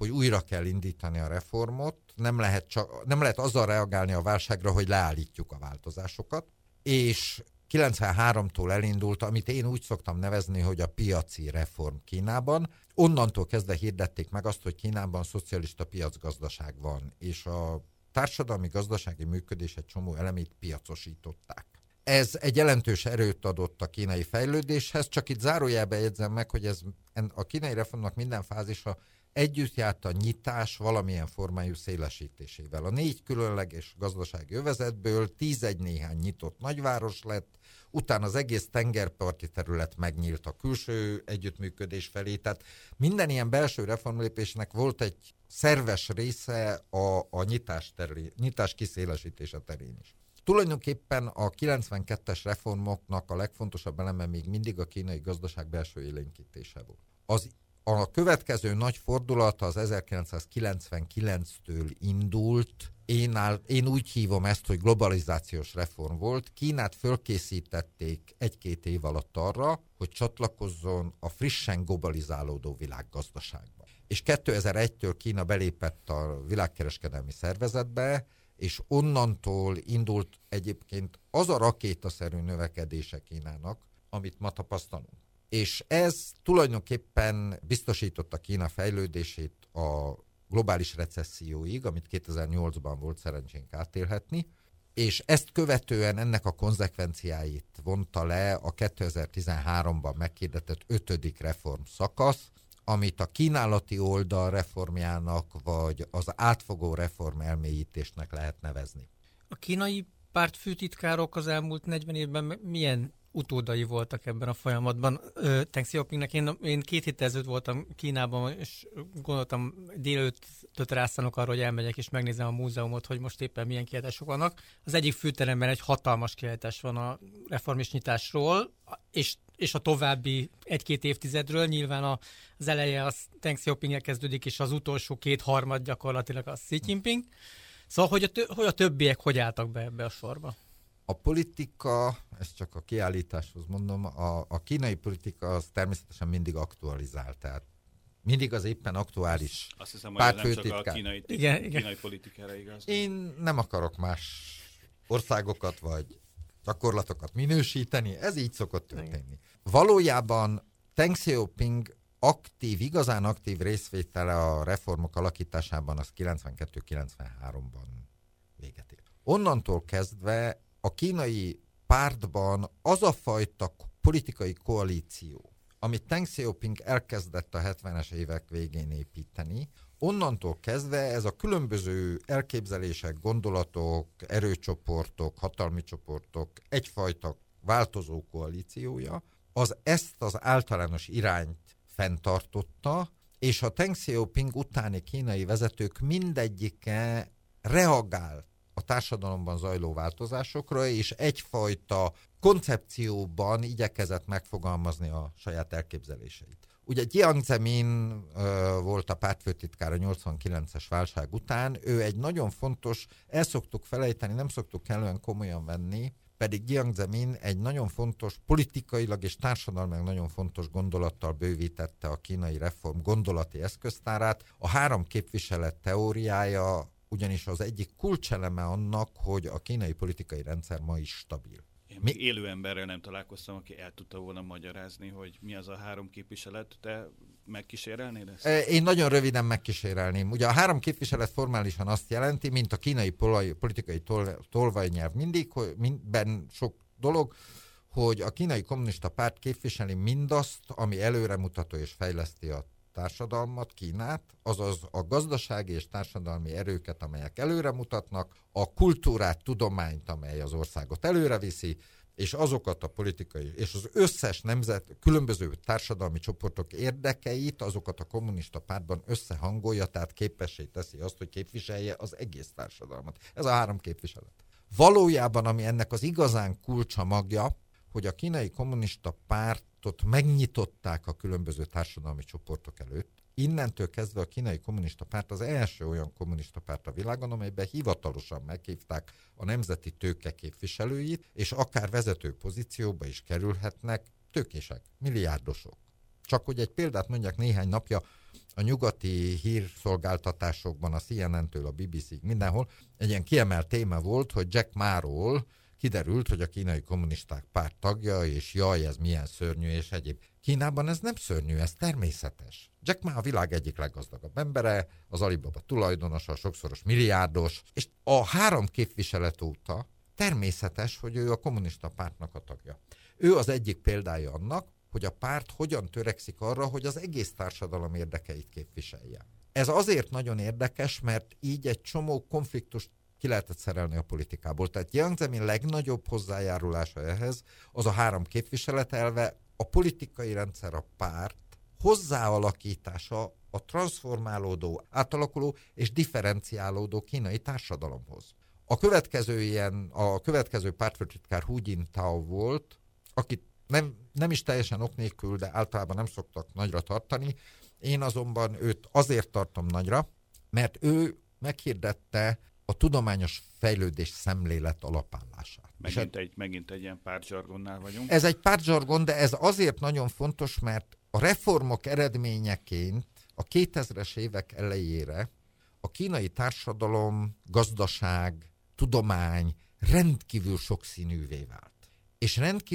hogy újra kell indítani a reformot, nem lehet azzal reagálni a válságra, hogy leállítjuk a változásokat, és 93-tól elindult, amit én úgy szoktam nevezni, hogy a piaci reform Kínában. Onnantól kezdve hirdették meg azt, hogy Kínában szocialista piacgazdaság van, és a társadalmi-gazdasági működés egy csomó elemét piacosították. Ez egy jelentős erőt adott a kínai fejlődéshez, csak itt zárójelben jegyzem meg, hogy a kínai reformnak minden fázisa együtt járt a nyitás valamilyen formájú szélesítésével. A 4 különleges gazdasági övezetből 11 néhány nyitott nagyváros lett, utána az egész tengerparti terület megnyílt a külső együttműködés felé, tehát minden ilyen belső reformlépésnek volt egy szerves része a nyitás kiszélesítése terén is. Tulajdonképpen a 92-es reformoknak a legfontosabb eleme még mindig a kínai gazdaság belső élénkítése volt. A következő nagy fordulata az 1999-től indult, én úgy hívom ezt, hogy globalizációs reform volt. Kínát fölkészítették 1-2 év alatt arra, hogy csatlakozzon a frissen globalizálódó világgazdaságba. És 2001-től Kína belépett a világkereskedelmi szervezetbe, és onnantól indult egyébként az a rakétaszerű növekedése Kínának, amit ma tapasztalunk. És ez tulajdonképpen biztosította Kína fejlődését a globális recesszióig, amit 2008-ban volt szerencsénk átélhetni, és ezt követően ennek a konzekvenciáit vonta le a 2013-ban meghirdetett 5. reform szakasz, amit a kínálati oldal reformjának, vagy az átfogó reform elmélyítésnek lehet nevezni. A kínai pártfőtitkárok az elmúlt 40 évben milyen utódai voltak ebben a folyamatban? Deng Xiaopingnek én 2 héttel ezelőtt voltam Kínában, és gondoltam délelőttöt rászánok arra, hogy elmegyek és megnézem a múzeumot, hogy most éppen milyen kiállítások vannak. Az egyik főteremben egy hatalmas kiállítás van a reform és nyitásról, és a további 1-2 évtizedről. Nyilván az eleje az Deng Xiaopinggel kezdődik, és az utolsó 2/3 gyakorlatilag a Xi Jinping. Szóval, hogy a többiek hogy álltak be ebbe a sorba? A politika, ezt csak a kiállításhoz mondom, a kínai politika az természetesen mindig aktualizál, tehát mindig az éppen aktuális pártfőtitkár. Azt hiszem, hogy nem csak a kínai politikára igaz. Én nem akarok más országokat vagy gyakorlatokat minősíteni, ez így szokott történni. Valójában Deng Xiaoping igazán aktív részvétele a reformok alakításában az 92-93-ban véget ért. Onnantól kezdve a kínai pártban az a fajta politikai koalíció, amit Deng Xiaoping elkezdett a 70-es évek végén építeni, onnantól kezdve ez a különböző elképzelések, gondolatok, erőcsoportok, hatalmi csoportok egyfajta változó koalíciója, az ezt az általános irányt fenntartotta, és a Deng Xiaoping utáni kínai vezetők mindegyike reagált a társadalomban zajló változásokra, és egyfajta koncepcióban igyekezett megfogalmazni a saját elképzeléseit. Ugye Jiang Zemin volt a pártfőtitkár a 89-es válság után, ő egy nagyon fontos, el szoktuk felejteni, nem szoktuk kellően komolyan venni, pedig Jiang Zemin egy nagyon fontos, politikailag és társadalmilag nagyon fontos gondolattal bővítette a kínai reform gondolati eszköztárát. A 3 képviselet teóriája ugyanis az egyik kulcseleme annak, hogy a kínai politikai rendszer ma is stabil. Én még élő emberrel nem találkoztam, aki el tudta volna magyarázni, hogy mi az a 3 képviselet. Te megkísérelnéd ezt? Én nagyon röviden megkísérelném. Ugye a 3 képviselet formálisan azt jelenti, mint a kínai politikai tolvajnyelv mindig, hogy minden sok dolog, hogy a kínai kommunista párt képviseli mindazt, ami előremutató és fejleszti a társadalmat, Kínát, azaz a gazdasági és társadalmi erőket, amelyek előremutatnak, a kultúrát, tudományt, amely az országot előreviszi, és azokat a politikai, és az összes különböző társadalmi csoportok érdekeit, azokat a kommunista pártban összehangolja, tehát képessé teszi azt, hogy képviselje az egész társadalmat. Ez a 3 képviselet. Valójában, ami ennek az igazán kulcsa magja, hogy a kínai kommunista pártot megnyitották a különböző társadalmi csoportok előtt. Innentől kezdve a kínai kommunista párt az első olyan kommunista párt a világon, amelyben hivatalosan meghívták a nemzeti tőke képviselőit, és akár vezető pozícióba is kerülhetnek tőkések, milliárdosok. Csak hogy egy példát mondjak, néhány napja a nyugati hírszolgáltatásokban, a CNN-től a BBC-ig mindenhol egy ilyen kiemelt téma volt, hogy Jack Ma-ról kiderült, hogy a kínai kommunisták párt tagja, és jaj, ez milyen szörnyű, és egyéb. Kínában ez nem szörnyű, ez természetes. Jack Ma a világ egyik leggazdagabb embere, az Alibaba tulajdonosa, sokszoros milliárdos, és a 3 képviselet óta természetes, hogy ő a kommunista pártnak a tagja. Ő az egyik példája annak, hogy a párt hogyan törekszik arra, hogy az egész társadalom érdekeit képviselje. Ez azért nagyon érdekes, mert így egy csomó konfliktust ki lehetett szerelni a politikából. Tehát Jiang Zemin legnagyobb hozzájárulása ehhez az a 3 képviselet elve, a politikai rendszer, a párt hozzáalakítása a transformálódó, átalakuló és differenciálódó kínai társadalomhoz. A következő pártfőtitkár Hu Jintao volt, akit nem is teljesen ok nélkül, de általában nem szoktak nagyra tartani. Én azonban őt azért tartom nagyra, mert ő meghirdette a tudományos fejlődés szemlélet alapállását. Megint egy ilyen pártzsargonnál vagyunk. Ez egy pártzsargon, de ez azért nagyon fontos, mert a reformok eredményeként a 2000-es évek elejére a kínai társadalom, gazdaság, tudomány rendkívül sokszínűvé vált. És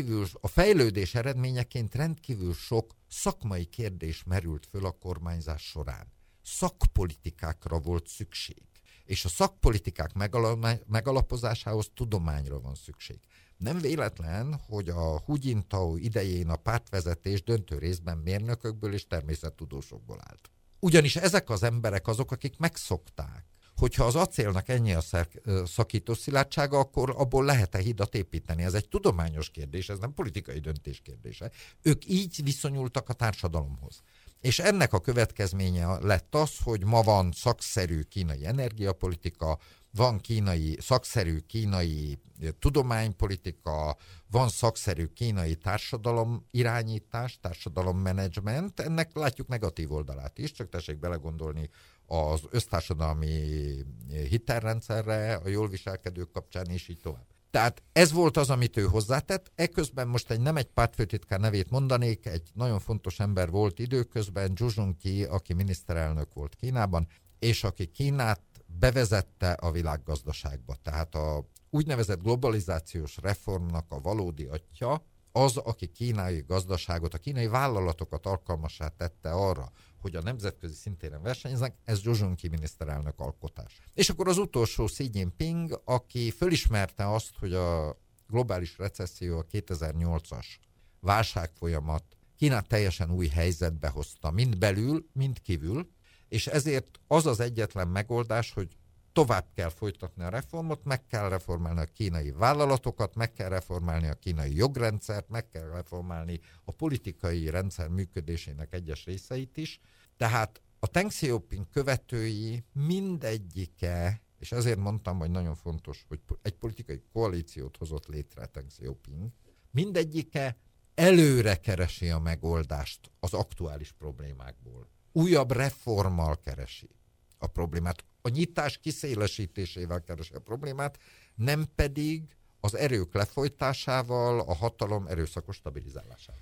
a fejlődés eredményeként rendkívül sok szakmai kérdés merült föl a kormányzás során. Szakpolitikákra volt szükség. És a szakpolitikák megalapozásához tudományra van szükség. Nem véletlen, hogy a Hu Jintao idején a pártvezetés döntő részben mérnökökből és természettudósokból állt. Ugyanis ezek az emberek azok, akik megszokták, hogyha az acélnak ennyi a szakító szilárdsága, akkor abból lehet-e hidat építeni. Ez egy tudományos kérdés, ez nem politikai döntés kérdése. Ők így viszonyultak a társadalomhoz. És ennek a következménye lett az, hogy ma van szakszerű kínai energiapolitika, van szakszerű kínai tudománypolitika, van szakszerű kínai társadalom irányítás, társadalommenedzsment. Ennek látjuk negatív oldalát is, csak tessék belegondolni az össztársadalmi hitelrendszerre, a jól viselkedők kapcsán, és így tovább. Tehát ez volt az, amit ő hozzátett. Eközben most nem egy pártfőtitkár nevét mondanék, egy nagyon fontos ember volt időközben, Zhu Zhongqi, aki miniszterelnök volt Kínában, és aki Kínát bevezette a világgazdaságba. Tehát a úgynevezett globalizációs reformnak a valódi atya az, aki kínai gazdaságot, a kínai vállalatokat alkalmassá tette arra, hogy a nemzetközi szintéren versenyeznek, ez Zhu Zhongqi miniszterelnök alkotás. És akkor az utolsó Xi Jinping, aki fölismerte azt, hogy a globális recesszió, a 2008-as válságfolyamat Kínát teljesen új helyzetbe hozta, mind belül, mind kívül, és ezért az az egyetlen megoldás, hogy tovább kell folytatni a reformot, meg kell reformálni a kínai vállalatokat, meg kell reformálni a kínai jogrendszert, meg kell reformálni a politikai rendszer működésének egyes részeit is. Tehát a Deng Xiaoping követői mindegyike, és ezért mondtam, hogy nagyon fontos, hogy egy politikai koalíciót hozott létre Deng Xiaoping, mindegyike előre keresi a megoldást az aktuális problémákból. Újabb reformmal keresi a problémát. A nyitás kiszélesítésével keresi a problémát, nem pedig az erők lefolytásával, a hatalom erőszakos stabilizálásával.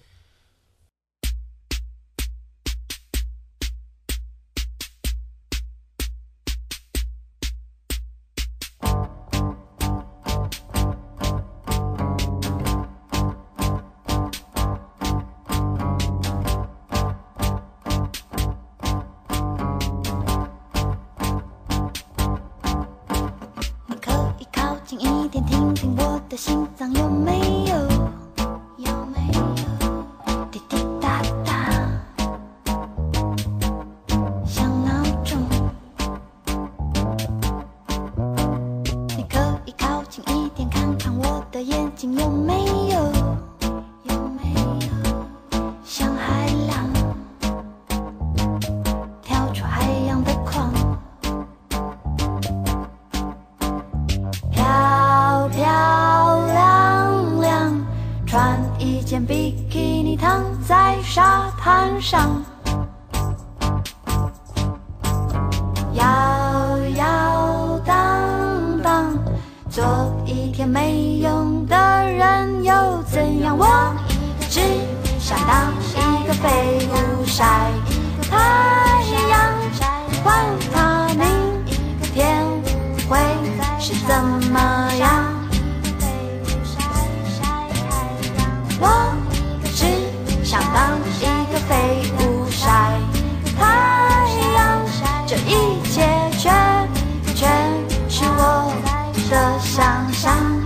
我只想当一个废物晒太阳，这一切全是我的想象。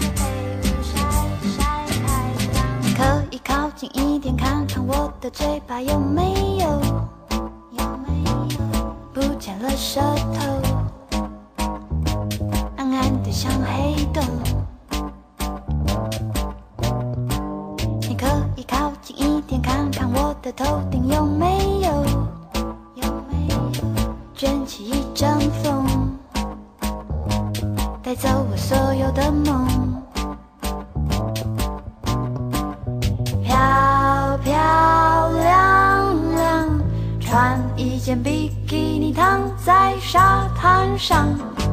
你可以靠近一点，看看我的嘴巴有没有不见了舌头，暗暗的像黑洞。你可以靠近一点，看看我的头顶有没有卷起一阵风，带走我所有的梦。漂漂亮亮，穿一件比基尼躺在沙滩上，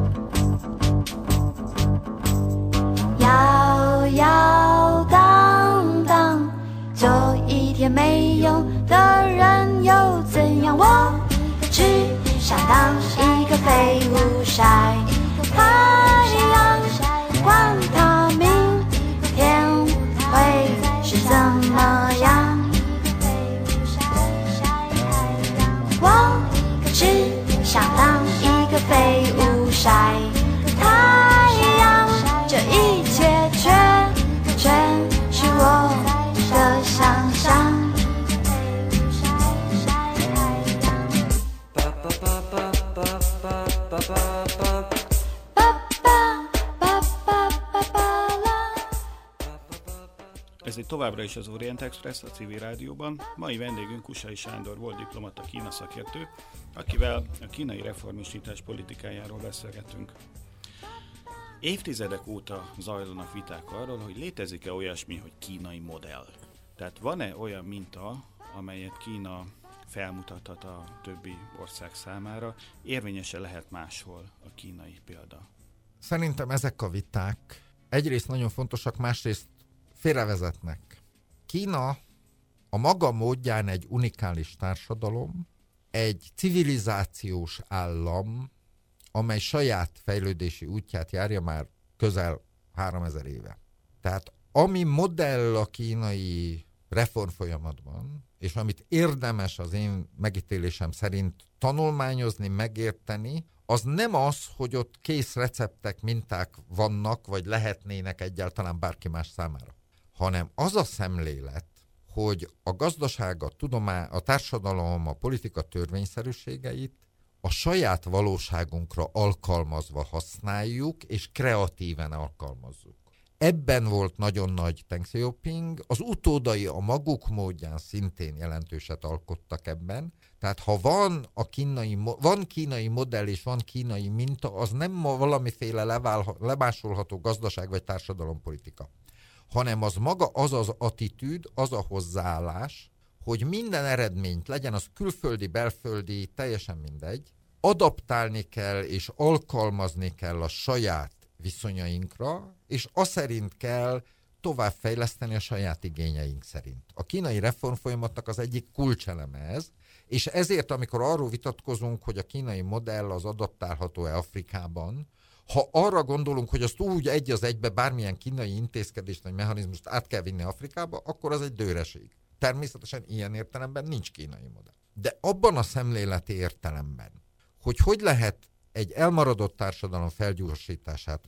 摇摇荡荡，做一天没用的人又怎样？我只想当一个废物晒太阳，管他明天会是怎么样。我只想当一个废物晒太阳，这一切全是我的想象。 Ez itt továbbra is az Orient Express a Civil Rádióban. Mai vendégünk Kussai Sándor volt diplomata Kína szakértő, akivel a kínai reformistítás politikájáról beszélgetünk. Évtizedek óta zajlanak viták arról, hogy létezik-e olyasmi, hogy kínai modell. Tehát van-e olyan minta, amelyet Kína felmutathat a többi ország számára, érvényesen lehet máshol a kínai példa? Szerintem ezek a viták egyrészt nagyon fontosak, másrészt félrevezetnek. Kína a maga módján egy unikális társadalom, egy civilizációs állam, amely saját fejlődési útját járja már közel 3000 éve. Tehát ami modell a kínai reformfolyamatban, és amit érdemes az én megítélésem szerint tanulmányozni, megérteni, az nem az, hogy ott kész receptek, minták vannak, vagy lehetnének egyáltalán bárki más számára, hanem az a szemlélet, hogy a gazdaság, a tudomány, a társadalom, a politika törvényszerűségeit a saját valóságunkra alkalmazva használjuk, és kreatíven alkalmazzuk. Ebben volt nagyon nagy Deng Xiaoping, az utódai a maguk módján szintén jelentőset alkottak ebben, tehát ha van kínai modell és van kínai minta, az nem valamiféle lemásolható gazdaság vagy társadalompolitika, hanem az maga az az attitűd, az a hozzáállás, hogy minden eredményt, legyen az külföldi, belföldi, teljesen mindegy, adaptálni kell és alkalmazni kell a saját viszonyainkra, és azt szerint kell továbbfejleszteni a saját igényeink szerint. A kínai reformfolyamatnak az egyik kulcseleme ez, és ezért, amikor arról vitatkozunk, hogy a kínai modell az adaptálható-e Afrikában, ha arra gondolunk, hogy azt úgy egy az egybe bármilyen kínai intézkedést vagy mechanizmust át kell vinni Afrikába, akkor az egy dőreség. Természetesen ilyen értelemben nincs kínai modell. De abban a szemléleti értelemben, hogy lehet egy elmaradott társadalom felgyorsítását,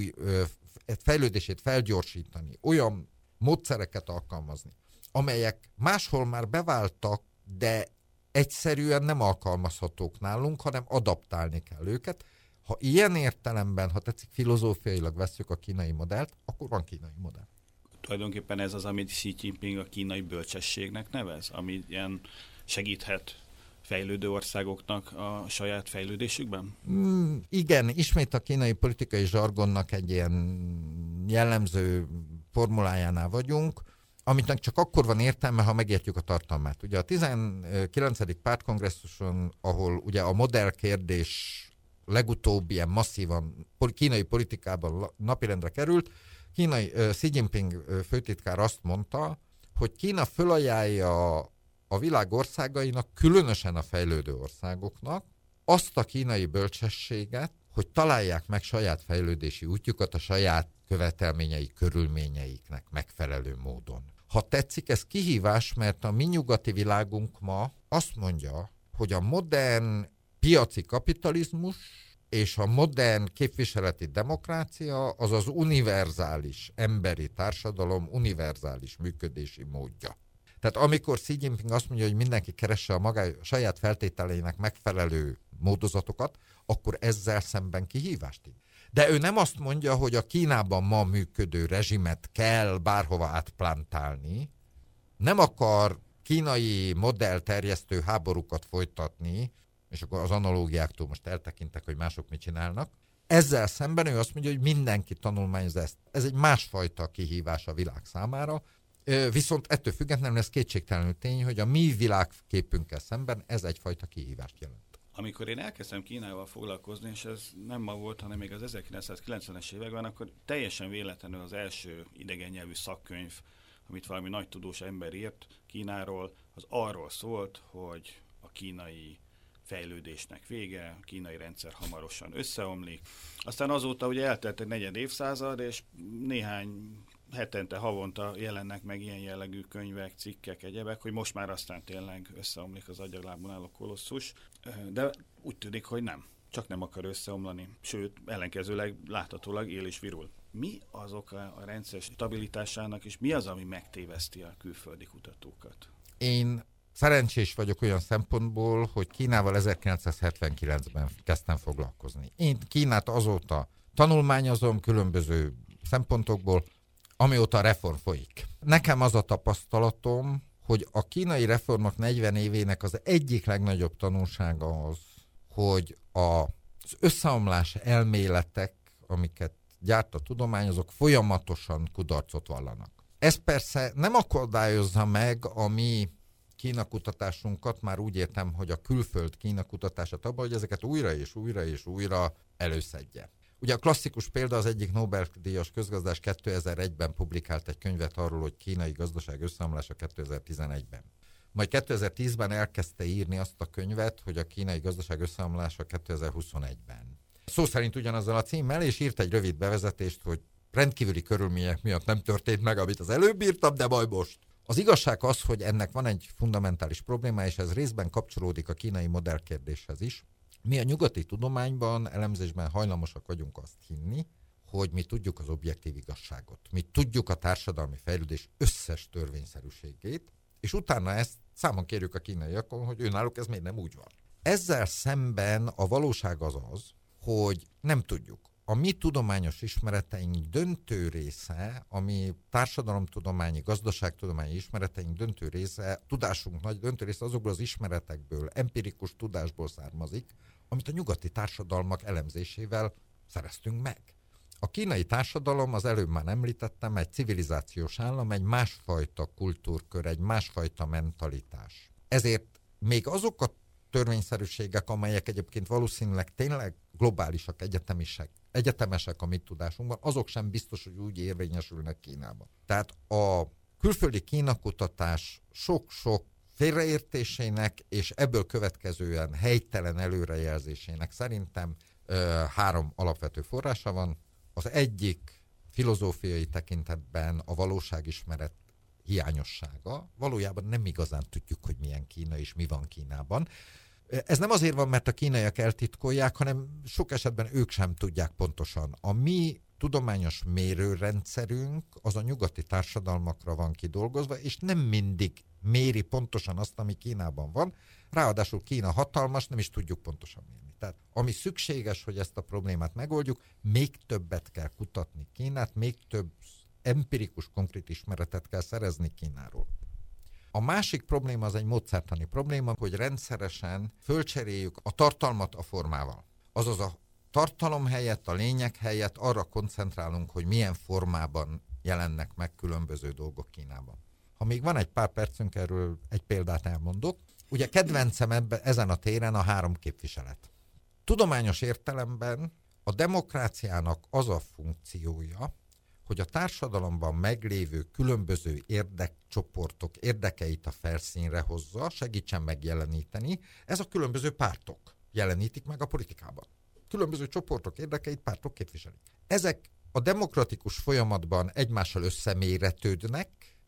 fejlődését felgyorsítani, olyan módszereket alkalmazni, amelyek máshol már beváltak, de egyszerűen nem alkalmazhatók nálunk, hanem adaptálni kell őket. Ha ilyen értelemben, ha tetszik, filozófiailag vesszük a kínai modellt, akkor van kínai modell. Tulajdonképpen ez az, amit Xi Jinping a kínai bölcsességnek nevez, ami ilyen segíthet fejlődő országoknak a saját fejlődésükben? Igen, ismét a kínai politikai zsargonnak egy ilyen jellemző formulájánál vagyunk, amit csak akkor van értelme, ha megértjük a tartalmát. Ugye a 19. pártkongresszuson, ahol ugye a modell kérdés legutóbb ilyen masszívan kínai politikában napirendre került, Xi Jinping főtitkár azt mondta, hogy Kína fölajánlja a világ országainak, különösen a fejlődő országoknak azt a kínai bölcsességet, hogy találják meg saját fejlődési útjukat a saját követelményei, körülményeiknek megfelelő módon. Ha tetszik, ez kihívás, mert a mi nyugati világunk ma azt mondja, hogy a modern piaci kapitalizmus és a modern képviseleti demokrácia az az univerzális emberi társadalom univerzális működési módja. Tehát amikor Xi Jinping azt mondja, hogy mindenki keresse a saját feltételeinek megfelelő módozatokat, akkor ezzel szemben kihívást ír. De ő nem azt mondja, hogy a Kínában ma működő rezsimet kell bárhova átplantálni, nem akar kínai modellterjesztő háborúkat folytatni, és akkor az analógiáktól most eltekintek, hogy mások mit csinálnak. Ezzel szemben ő azt mondja, hogy mindenki tanulmányozza ezt. Ez egy másfajta kihívás a világ számára, viszont ettől függetlenül ez kétségtelenül tény, hogy a mi világképünkkel szemben ez egyfajta kihívást jelent. Amikor én elkezdtem Kínával foglalkozni, és ez nem ma volt, hanem még az 1990-es években, akkor teljesen véletlenül az első idegen nyelvű szakkönyv, amit valami nagy tudós ember írt Kínáról, az arról szólt, hogy a kínai fejlődésnek vége, a kínai rendszer hamarosan összeomlik. Aztán azóta ugye eltelt egy negyed évszázad, és néhány hetente, havonta jelennek meg ilyen jellegű könyvek, cikkek, egyebek, hogy most már aztán tényleg összeomlik az agyaglábon álló kolosszus, de úgy tűnik, hogy nem. Csak nem akar összeomlani, sőt, ellenkezőleg láthatólag él és virul. Mi az oka a rendszer stabilitásának, és mi az, ami megtéveszti a külföldi kutatókat? Én szerencsés vagyok olyan szempontból, hogy Kínával 1979-ben kezdtem foglalkozni. Én Kínát azóta tanulmányozom különböző szempontokból, amióta a reform folyik. Nekem az a tapasztalatom, hogy a kínai reformok 40 évének az egyik legnagyobb tanulsága az, hogy az összeomlás elméletek, amiket gyárt a tudomány, azok folyamatosan kudarcot vallanak. Ez persze nem akadályozza meg a mi Kína kutatásunkat, már úgy értem, hogy a külföld Kína kutatását abban, hogy ezeket újra és újra és újra előszedje. Ugye a klasszikus példa az egyik Nobel-díjas közgazdás 2001-ben publikált egy könyvet arról, hogy kínai gazdaság összeomlása 2011-ben. Majd 2010-ben elkezdte írni azt a könyvet, hogy a kínai gazdaság összeomlása 2021-ben. Szó szerint ugyanazzal a címmel, és írt egy rövid bevezetést, hogy rendkívüli körülmények miatt nem történt meg, amit az előbb írtam, de majd most. Az igazság az, hogy ennek van egy fundamentális probléma, és ez részben kapcsolódik a kínai modellkérdéshez is. Mi a nyugati tudományban, elemzésben hajlamosak vagyunk azt hinni, hogy mi tudjuk az objektív igazságot. Mi tudjuk a társadalmi fejlődés összes törvényszerűségét, és utána ezt számon kérjük a kínaiakon, hogy náluk ez még nem úgy van. Ezzel szemben a valóság az az, hogy nem tudjuk. A mi tudományos ismereteink döntő része, ami társadalomtudományi, gazdaságtudományi ismereteink döntő része, tudásunk nagy döntő része azokból az ismeretekből, empirikus tudásból származik, amit a nyugati társadalmak elemzésével szereztünk meg. A kínai társadalom, az előbb már említettem, egy civilizációs állam, egy másfajta kultúrkör, egy másfajta mentalitás. Ezért még azok a törvényszerűségek, amelyek egyébként valószínűleg tényleg globálisak, egyetemesek a mi tudásunkban, azok sem biztos, hogy úgy érvényesülnek Kínában. Tehát a külföldi Kína kutatás sok-sok félreértésének és ebből következően helytelen előrejelzésének szerintem 3 alapvető forrása van. Az egyik filozófiai tekintetben a valóságismeret hiányossága. Valójában nem igazán tudjuk, hogy milyen Kína és mi van Kínában. Ez nem azért van, mert a kínaiak eltitkolják, hanem sok esetben ők sem tudják pontosan. A mi tudományos mérőrendszerünk az a nyugati társadalmakra van kidolgozva, és nem mindig méri pontosan azt, ami Kínában van. Ráadásul Kína hatalmas, nem is tudjuk pontosan mérni. Tehát ami szükséges, hogy ezt a problémát megoldjuk, még többet kell kutatni Kínát, még több empirikus, konkrét ismeretet kell szerezni Kínáról. A másik probléma az egy módszertani probléma, hogy rendszeresen fölcseréljük a tartalmat a formával. Azaz a tartalom helyett, a lényeg helyett arra koncentrálunk, hogy milyen formában jelennek meg különböző dolgok Kínában. Ha még van egy pár percünk, erről egy példát elmondok. Ugye kedvencem ezen a téren a 3 képviselet. Tudományos értelemben a demokráciának az a funkciója, hogy a társadalomban meglévő különböző érdekcsoportok érdekeit a felszínre hozza, segítsen megjeleníteni. Ez a különböző pártok jelenítik meg a politikában. Különböző csoportok érdekeit pártok képviselik. Ezek a demokratikus folyamatban egymással összeméretődnek,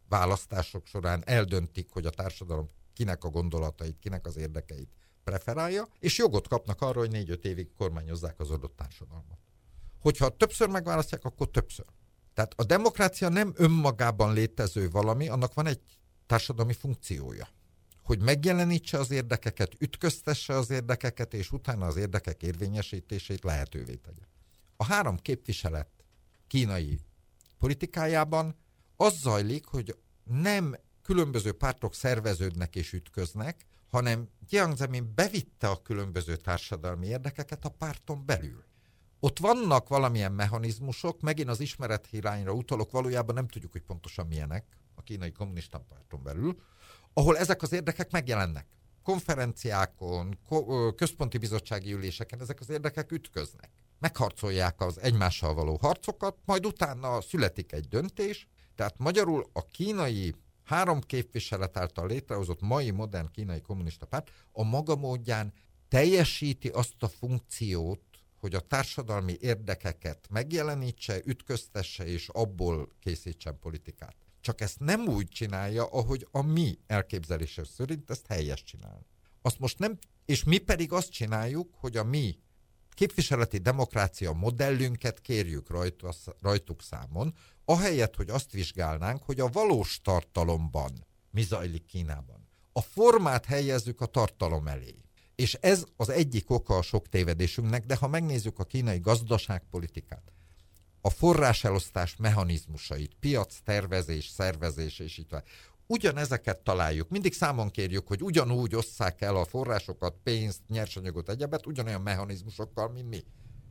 választások során eldöntik, hogy a társadalom kinek a gondolatait, kinek az érdekeit preferálja, és jogot kapnak arra, hogy 4-5 évig kormányozzák az adott társadalmat. Hogyha többször megválasztják, akkor többször. Tehát a demokrácia nem önmagában létező valami, annak van egy társadalmi funkciója. Hogy megjelenítse az érdekeket, ütköztesse az érdekeket, és utána az érdekek érvényesítését lehetővé tegye. A 3 képviselet kínai politikájában az zajlik, hogy nem különböző pártok szerveződnek és ütköznek, hanem Jiang Zemin bevitte a különböző társadalmi érdekeket a párton belül. Ott vannak valamilyen mechanizmusok, megint az ismerethiányra utalok, valójában nem tudjuk, hogy pontosan milyenek a kínai kommunista párton belül, ahol ezek az érdekek megjelennek. Konferenciákon, központi bizottsági üléseken ezek az érdekek ütköznek. Megharcolják az egymással való harcokat, majd utána születik egy döntés, tehát magyarul a kínai 3 képviselet által létrehozott mai modern kínai kommunista párt a maga módján teljesíti azt a funkciót, hogy a társadalmi érdekeket megjelenítse, ütköztesse és abból készítsen politikát. Csak ezt nem úgy csinálja, ahogy a mi elképzelésünk szerint ezt helyes csinálni. Azt most nem, és mi pedig azt csináljuk, hogy a mi képviseleti demokrácia modellünket kérjük rajtuk számon, ahelyett, hogy azt vizsgálnánk, hogy a valós tartalomban mi zajlik Kínában. A formát helyezzük a tartalom elé. És ez az egyik oka a sok tévedésünknek, de ha megnézzük a kínai gazdaságpolitikát, a forráselosztás mechanizmusait, piac, tervezés, szervezés és így tovább, ugyanezeket találjuk. Mindig számon kérjük, hogy ugyanúgy osszák el a forrásokat, pénzt, nyersanyagot, egyebet, ugyanolyan mechanizmusokkal, mint mi.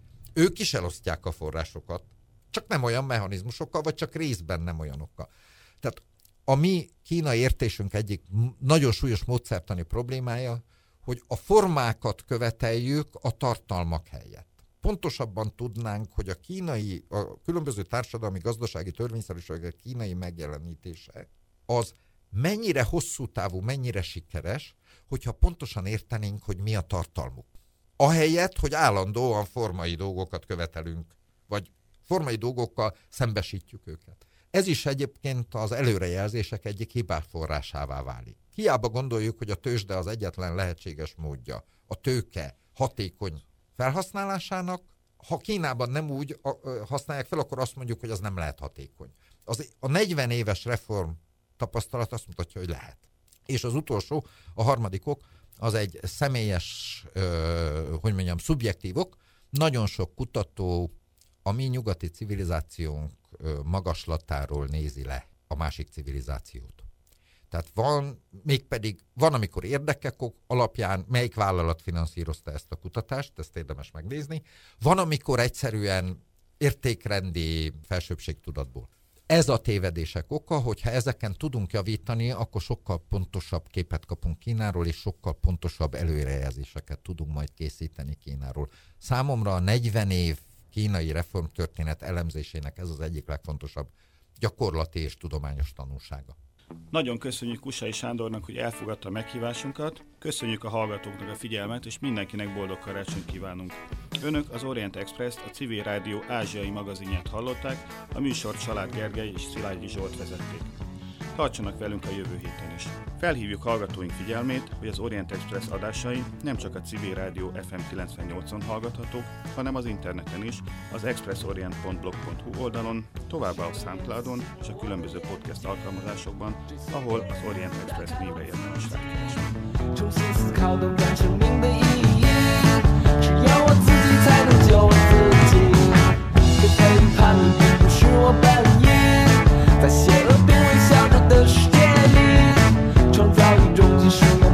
Ők is elosztják a forrásokat, csak nem olyan mechanizmusokkal, vagy csak részben nem olyanokkal. Tehát a mi kínai értésünk egyik nagyon súlyos módszertani problémája, hogy a formákat követeljük a tartalmak helyett. Pontosabban tudnánk, hogy a különböző társadalmi, gazdasági törvényszerűségek kínai megjelenítése az mennyire hosszú távú, mennyire sikeres, hogyha pontosan értenénk, hogy mi a tartalmuk. Ahelyett, hogy állandóan formai dolgokat követelünk, vagy formai dolgokkal szembesítjük őket. Ez is egyébként az előrejelzések egyik hibás forrásává válik. Hiába gondoljuk, hogy a tőzsde az egyetlen lehetséges módja a tőke hatékony felhasználásának, ha Kínában nem úgy használják fel, akkor azt mondjuk, hogy az nem lehet hatékony. A 40 éves reform tapasztalat azt mutatja, hogy lehet. És az utolsó, a harmadik ok, az egy személyes, szubjektív ok. Nagyon sok kutató a mi nyugati civilizációnk magaslatáról nézi le a másik civilizációt. Tehát van, amikor érdekek alapján, melyik vállalat finanszírozta ezt a kutatást, ezt érdemes megnézni, van, amikor egyszerűen értékrendi felsőbbségtudatból. Ez a tévedések oka, hogyha ezeken tudunk javítani, akkor sokkal pontosabb képet kapunk Kínáról, és sokkal pontosabb előrejelzéseket tudunk majd készíteni Kínáról. Számomra a 40 év kínai reformtörténet elemzésének ez az egyik legfontosabb gyakorlati és tudományos tanulsága. Nagyon köszönjük Kussai Sándornak, hogy elfogadta a meghívásunkat, köszönjük a hallgatóknak a figyelmet, és mindenkinek boldog karácsonyt kívánunk. Önök az Orient Express, a Civil Rádió ázsiai magazinját hallották, a műsort Salád Gergely és Szilágyi Zsolt vezették. Tartsanak velünk a jövő héten is. Felhívjuk hallgatóink figyelmét, hogy az Orient Express adásai nem csak a Civil Rádió FM 98-on hallgathatók, hanem az interneten is, az expressorient.blog.hu oldalon, továbbá a SoundCloudon és a különböző podcast alkalmazásokban, ahol az Orient Express névre érdemes rákeresni.在邪恶并未消除的世界里，创造一种技术。